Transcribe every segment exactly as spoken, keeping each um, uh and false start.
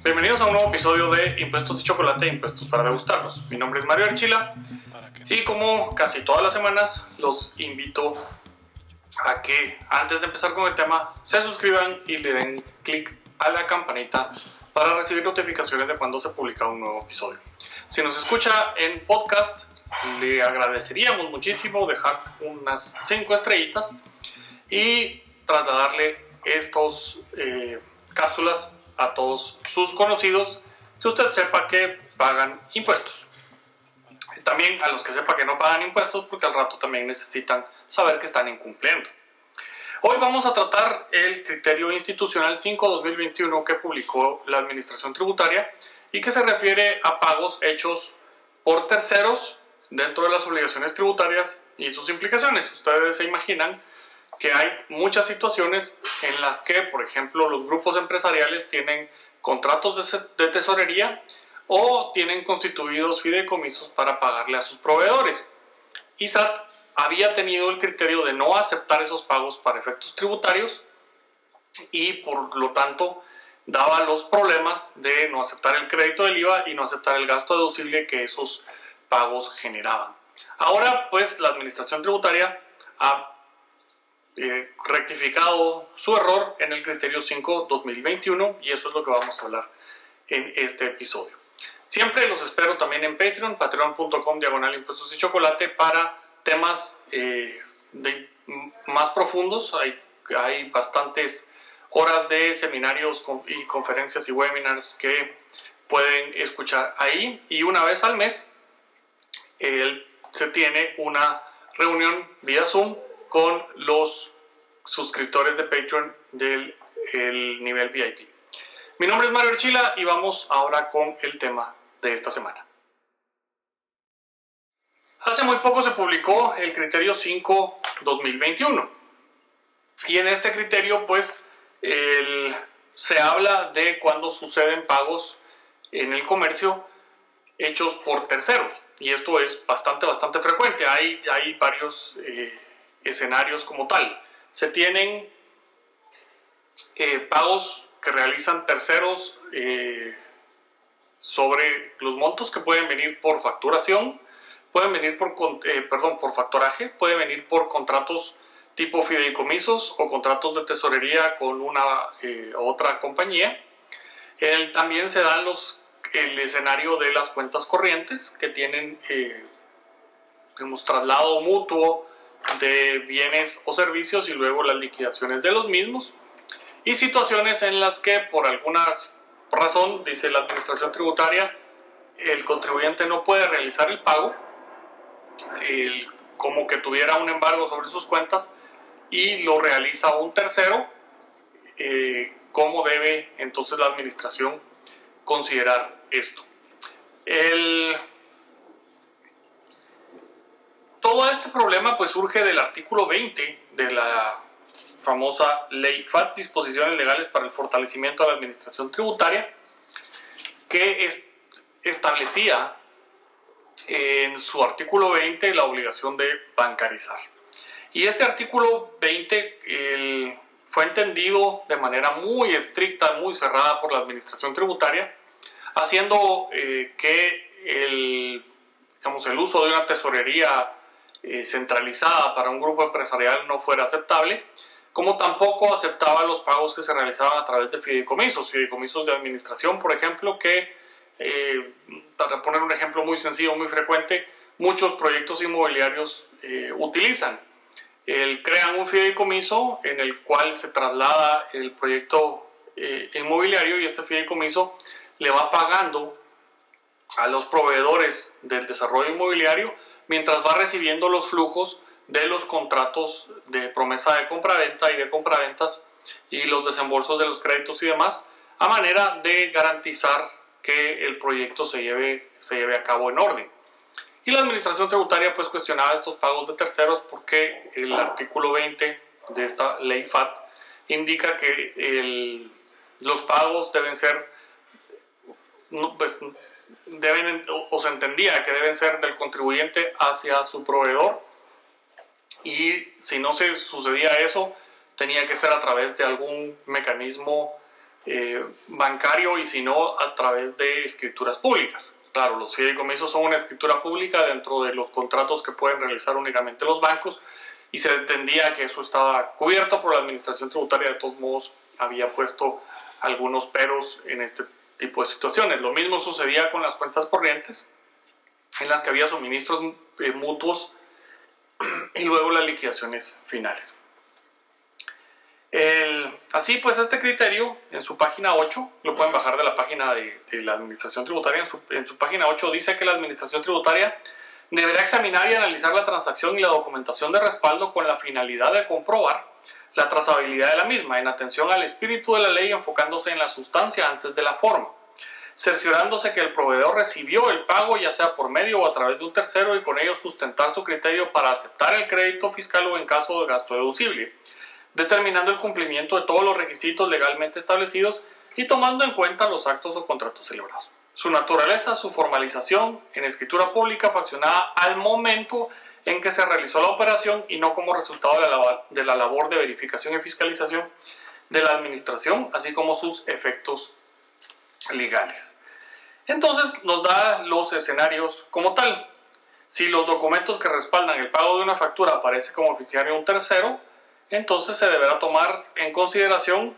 Bienvenidos a un nuevo episodio de Impuestos y Chocolate, Impuestos para Degustarlos. Mi nombre es Mario Archila y como casi todas las semanas los invito a que antes de empezar con el tema se suscriban y le den clic a la campanita para recibir notificaciones de cuando se publica un nuevo episodio. Si nos escucha en podcast, le agradeceríamos muchísimo dejar unas cinco estrellitas y trasladarle estas eh, cápsulas a todos sus conocidos que usted sepa que pagan impuestos. También a los que sepa que no pagan impuestos, porque al rato también necesitan saber que están incumpliendo. Hoy vamos a tratar el criterio institucional cinco dos mil veintiuno que publicó la Administración Tributaria y que se refiere a pagos hechos por terceros dentro de las obligaciones tributarias y sus implicaciones. Ustedes se imaginan que hay muchas situaciones en las que, por ejemplo, los grupos empresariales tienen contratos de, de tesorería o tienen constituidos fideicomisos para pagarle a sus proveedores. I S A T había tenido el criterio de no aceptar esos pagos para efectos tributarios y, por lo tanto, daba los problemas de no aceptar el crédito del I V A y no aceptar el gasto deducible que esos pagos generaban. Ahora, pues, la Administración Tributaria ha Eh, rectificado su error en el criterio cinco dos mil veintiuno y eso es lo que vamos a hablar en este episodio. Siempre los espero también en Patreon, patreon punto com diagonal impuestos y chocolate para temas eh, de, más profundos. Hay, hay bastantes horas de seminarios y conferencias y webinars que pueden escuchar ahí, y una vez al mes eh, se tiene una reunión vía Zoom con los suscriptores de Patreon del el nivel V I P. Mi nombre es Mario Archila y vamos ahora con el tema de esta semana. Hace muy poco se publicó el criterio cinco dos mil veintiuno y en este criterio pues el, se habla de cuando suceden pagos en el comercio hechos por terceros, y esto es bastante bastante frecuente. Hay, hay varios eh, escenarios como tal. Se tienen eh, pagos que realizan terceros eh, sobre los montos que pueden venir por facturación, pueden venir por, eh, perdón, por factoraje, pueden venir por contratos tipo fideicomisos o contratos de tesorería con una eh, otra compañía. El, también se dan los, el escenario de las cuentas corrientes que tienen eh, digamos, traslado mutuo de bienes o servicios y luego las liquidaciones de los mismos, y situaciones en las que por alguna razón, dice la Administración Tributaria, el contribuyente no puede realizar el pago, el, como que tuviera un embargo sobre sus cuentas y lo realiza un tercero. Eh, ¿Cómo debe entonces la Administración considerar esto? El Todo este problema pues surge del artículo veinte de la famosa Ley F A T, Disposiciones Legales para el Fortalecimiento de la Administración Tributaria, que es, establecía en su artículo veinte la obligación de bancarizar. Y este artículo veinte el, fue entendido de manera muy estricta, muy cerrada por la Administración Tributaria, haciendo eh, que el, digamos, el uso de una tesorería Eh, centralizada para un grupo empresarial no fuera aceptable, como tampoco aceptaba los pagos que se realizaban a través de fideicomisos, fideicomisos de administración, por ejemplo, que, eh, para poner un ejemplo muy sencillo, muy frecuente, muchos proyectos inmobiliarios eh, utilizan. El, crean un fideicomiso en el cual se traslada el proyecto eh, inmobiliario y este fideicomiso le va pagando a los proveedores del desarrollo inmobiliario mientras va recibiendo los flujos de los contratos de promesa de compraventa y de compraventas y los desembolsos de los créditos y demás, a manera de garantizar que el proyecto se lleve, se lleve a cabo en orden. Y la Administración Tributaria pues cuestionaba estos pagos de terceros porque el artículo veinte de esta ley F A T indica que el, los pagos deben ser, no, pues, deben, o se entendía que deben ser del contribuyente hacia su proveedor, y si no se sucedía eso tenía que ser a través de algún mecanismo eh, bancario y si no a través de escrituras públicas. Claro, los fideicomisos son una escritura pública dentro de los contratos que pueden realizar únicamente los bancos y se entendía que eso estaba cubierto por la administración tributaria. De todos modos, había puesto algunos peros en este tipo de situaciones. Lo mismo sucedía con las cuentas corrientes, en las que había suministros eh, mutuos y luego las liquidaciones finales. El, así pues, este criterio en su página ocho, lo pueden bajar de la página de, de la Administración Tributaria, en su, en su página ocho dice que la Administración Tributaria deberá examinar y analizar la transacción y la documentación de respaldo con la finalidad de comprobar la trazabilidad de la misma, en atención al espíritu de la ley, enfocándose en la sustancia antes de la forma, cerciorándose que el proveedor recibió el pago ya sea por medio o a través de un tercero y con ello sustentar su criterio para aceptar el crédito fiscal o en caso de gasto deducible, determinando el cumplimiento de todos los requisitos legalmente establecidos y tomando en cuenta los actos o contratos celebrados. Su naturaleza, su formalización en escritura pública fraccionada al momento en que se realizó la operación y no como resultado de la, de la labor de verificación y fiscalización de la administración, así como sus efectos legales. Entonces nos da los escenarios como tal. Si los documentos que respaldan el pago de una factura aparece como oficiario un tercero, entonces se deberá tomar en consideración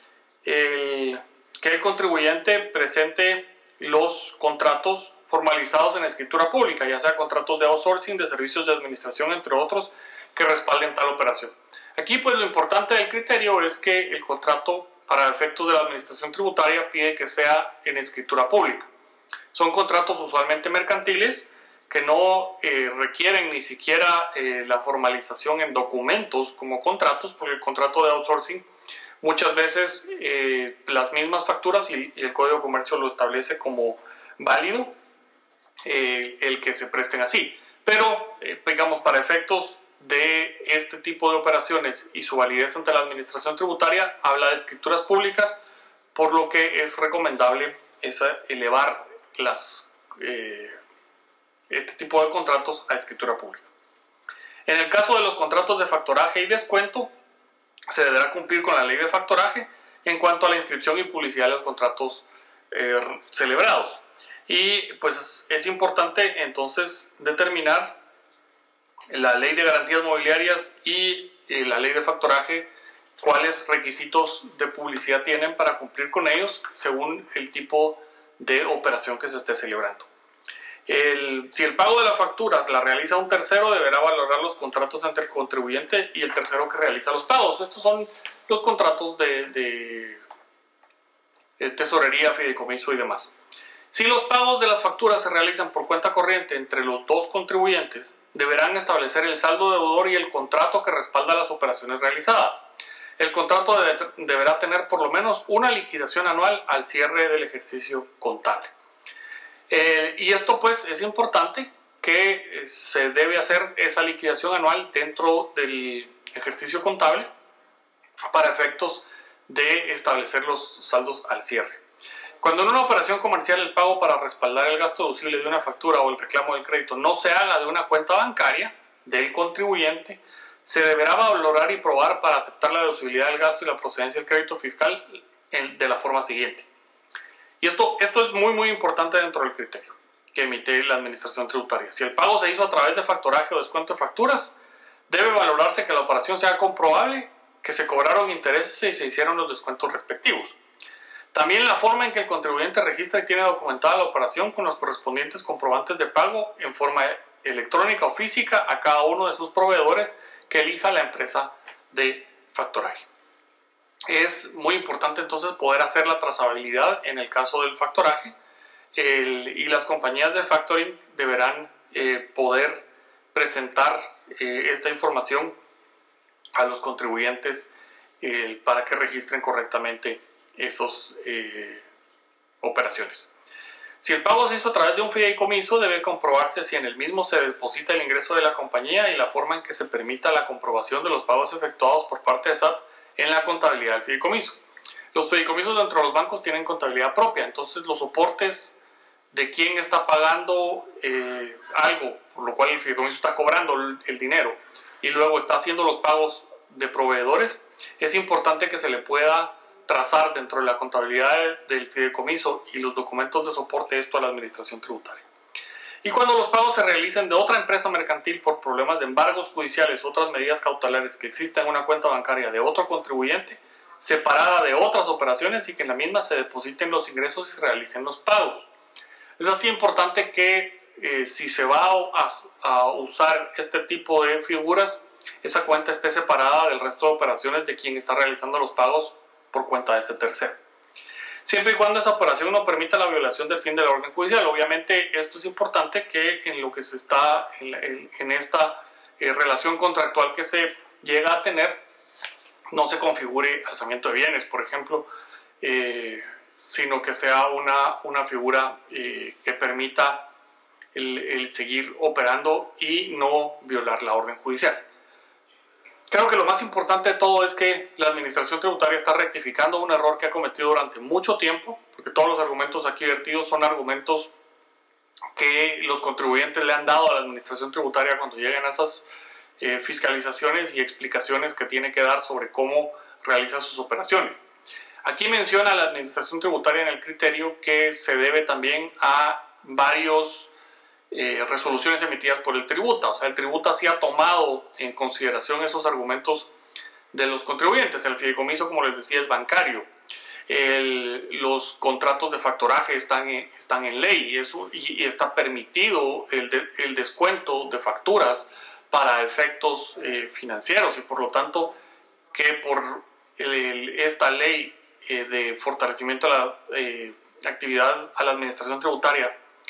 el, que el contribuyente presente los contratos formalizados en escritura pública, ya sea contratos de outsourcing, de servicios de administración, entre otros, que respalden tal operación. Aquí pues lo importante del criterio es que el contrato para efectos de la administración tributaria pide que sea en escritura pública. Son contratos usualmente mercantiles que no eh, requieren ni siquiera eh, la formalización en documentos como contratos, porque el contrato de outsourcing muchas veces eh, las mismas facturas y, y el Código de Comercio lo establece como válido eh, el que se presten así. Pero, eh, digamos, para efectos de este tipo de operaciones y su validez ante la administración tributaria, habla de escrituras públicas, por lo que es recomendable esa, elevar las, eh, este tipo de contratos a escritura pública. En el caso de los contratos de factoraje y descuento, se deberá cumplir con la ley de factoraje en cuanto a la inscripción y publicidad de los contratos eh, celebrados. Y pues es importante entonces determinar la ley de garantías mobiliarias y eh, la ley de factoraje cuáles requisitos de publicidad tienen para cumplir con ellos según el tipo de operación que se esté celebrando. El, si el pago de la factura la realiza un tercero, deberá valorar los contratos entre el contribuyente y el tercero que realiza los pagos. Estos son los contratos de, de, de tesorería, fideicomiso y demás. Si los pagos de las facturas se realizan por cuenta corriente entre los dos contribuyentes, deberán establecer el saldo deudor y el contrato que respalda las operaciones realizadas. El contrato debe, deberá tener por lo menos una liquidación anual al cierre del ejercicio contable. Eh, y esto pues es importante que se debe hacer esa liquidación anual dentro del ejercicio contable para efectos de establecer los saldos al cierre. Cuando en una operación comercial el pago para respaldar el gasto deducible de una factura o el reclamo del crédito no se haga de una cuenta bancaria del contribuyente, se deberá valorar y probar para aceptar la deducibilidad del gasto y la procedencia del crédito fiscal de la forma siguiente. Y esto, esto es muy muy importante dentro del criterio que emite la administración tributaria. Si el pago se hizo a través de factoraje o descuento de facturas, debe valorarse que la operación sea comprobable, que se cobraron intereses y se hicieron los descuentos respectivos. También la forma en que el contribuyente registra y tiene documentada la operación con los correspondientes comprobantes de pago en forma electrónica o física a cada uno de sus proveedores que elija la empresa de factoraje. Es muy importante entonces poder hacer la trazabilidad en el caso del factoraje el, y las compañías de factoring deberán eh, poder presentar eh, esta información a los contribuyentes eh, para que registren correctamente esas eh, operaciones. Si el pago se hizo a través de un fideicomiso, debe comprobarse si en el mismo se deposita el ingreso de la compañía y la forma en que se permita la comprobación de los pagos efectuados por parte de S A T en la contabilidad del fideicomiso. Los fideicomisos dentro de los bancos tienen contabilidad propia, entonces los soportes de quién está pagando eh, algo, por lo cual el fideicomiso está cobrando el, el dinero y luego está haciendo los pagos de proveedores, es importante que se le pueda trazar dentro de la contabilidad del fideicomiso y los documentos de soporte esto a la administración tributaria. Y cuando los pagos se realicen de otra empresa mercantil por problemas de embargos judiciales u otras medidas cautelares que exista en una cuenta bancaria de otro contribuyente, separada de otras operaciones y que en la misma se depositen los ingresos y se realicen los pagos. Es así importante que eh, si se va a, a usar este tipo de figuras, esa cuenta esté separada del resto de operaciones de quien está realizando los pagos por cuenta de ese tercero. Siempre y cuando esa operación no permita la violación del fin del orden judicial. Obviamente esto es importante que en lo que se está en, en, en esta eh, relación contractual que se llega a tener no se configure alzamiento de bienes, por ejemplo, eh, sino que sea una, una figura eh, que permita el, el seguir operando y no violar la orden judicial. Creo que lo más importante de todo es que la administración tributaria está rectificando un error que ha cometido durante mucho tiempo, porque todos los argumentos aquí vertidos son argumentos que los contribuyentes le han dado a la administración tributaria cuando llegan a esas eh, fiscalizaciones y explicaciones que tiene que dar sobre cómo realiza sus operaciones. Aquí menciona la administración tributaria en el criterio que se debe también a varios Eh, resoluciones emitidas por el tributa. O sea, el tributa sí ha tomado en consideración esos argumentos de los contribuyentes. El fideicomiso, como les decía, es bancario. El, los contratos de factoraje están en, están en ley y, eso, y, y está permitido el, de, el descuento de facturas para efectos eh, financieros, y por lo tanto que por el, el, esta ley eh, de fortalecimiento de la eh, actividad a la administración tributaria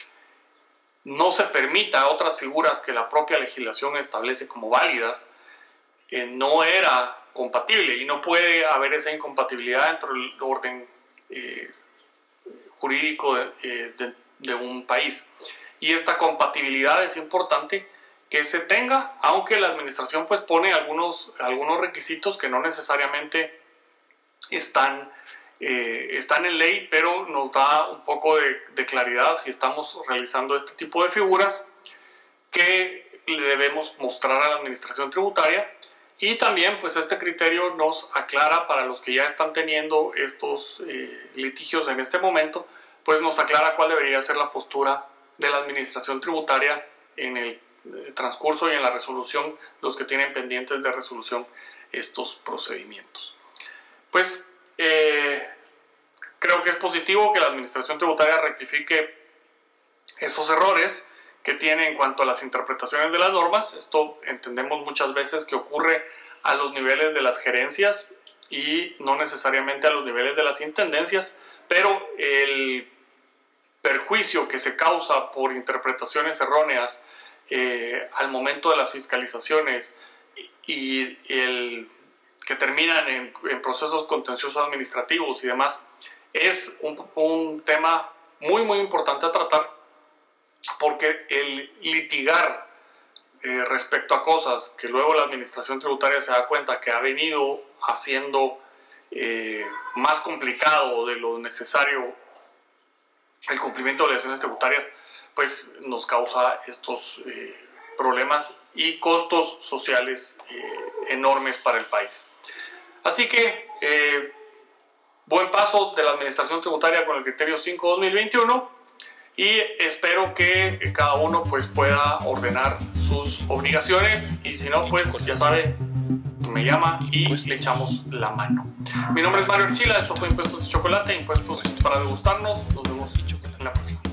no se permita a otras figuras que la propia legislación establece como válidas, eh, no era compatible, y no puede haber esa incompatibilidad dentro del orden eh, jurídico de, eh, de, de un país. Y esta compatibilidad es importante que se tenga, aunque la administración pues pone algunos, algunos requisitos que no necesariamente están Eh, están en ley, pero nos da un poco de, de claridad si estamos realizando este tipo de figuras que le debemos mostrar a la administración tributaria. Y también pues este criterio nos aclara, para los que ya están teniendo estos eh, litigios en este momento, pues nos aclara cuál debería ser la postura de la administración tributaria en el eh, transcurso y en la resolución, los que tienen pendientes de resolución estos procedimientos. Pues Eh, creo que es positivo que la administración tributaria rectifique esos errores que tiene en cuanto a las interpretaciones de las normas. Esto entendemos muchas veces que ocurre a los niveles de las gerencias y no necesariamente a los niveles de las intendencias, pero el perjuicio que se causa por interpretaciones erróneas eh, al momento de las fiscalizaciones y, y el que terminan en, en procesos contenciosos administrativos y demás, es un, un tema muy muy importante a tratar, porque el litigar eh, respecto a cosas que luego la administración tributaria se da cuenta que ha venido haciendo eh, más complicado de lo necesario el cumplimiento de obligaciones tributarias, pues nos causa estos eh, problemas y costos sociales eh, enormes para el país. Así que, eh, buen paso de la administración tributaria con el criterio cinco dos mil veintiuno, y espero que cada uno pues, pueda ordenar sus obligaciones, y si no, pues ya sabe, me llama y le echamos la mano. Mi nombre es Mario Archila, esto fue Impuestos y Chocolate, Impuestos para degustarnos. Nos vemos en la próxima.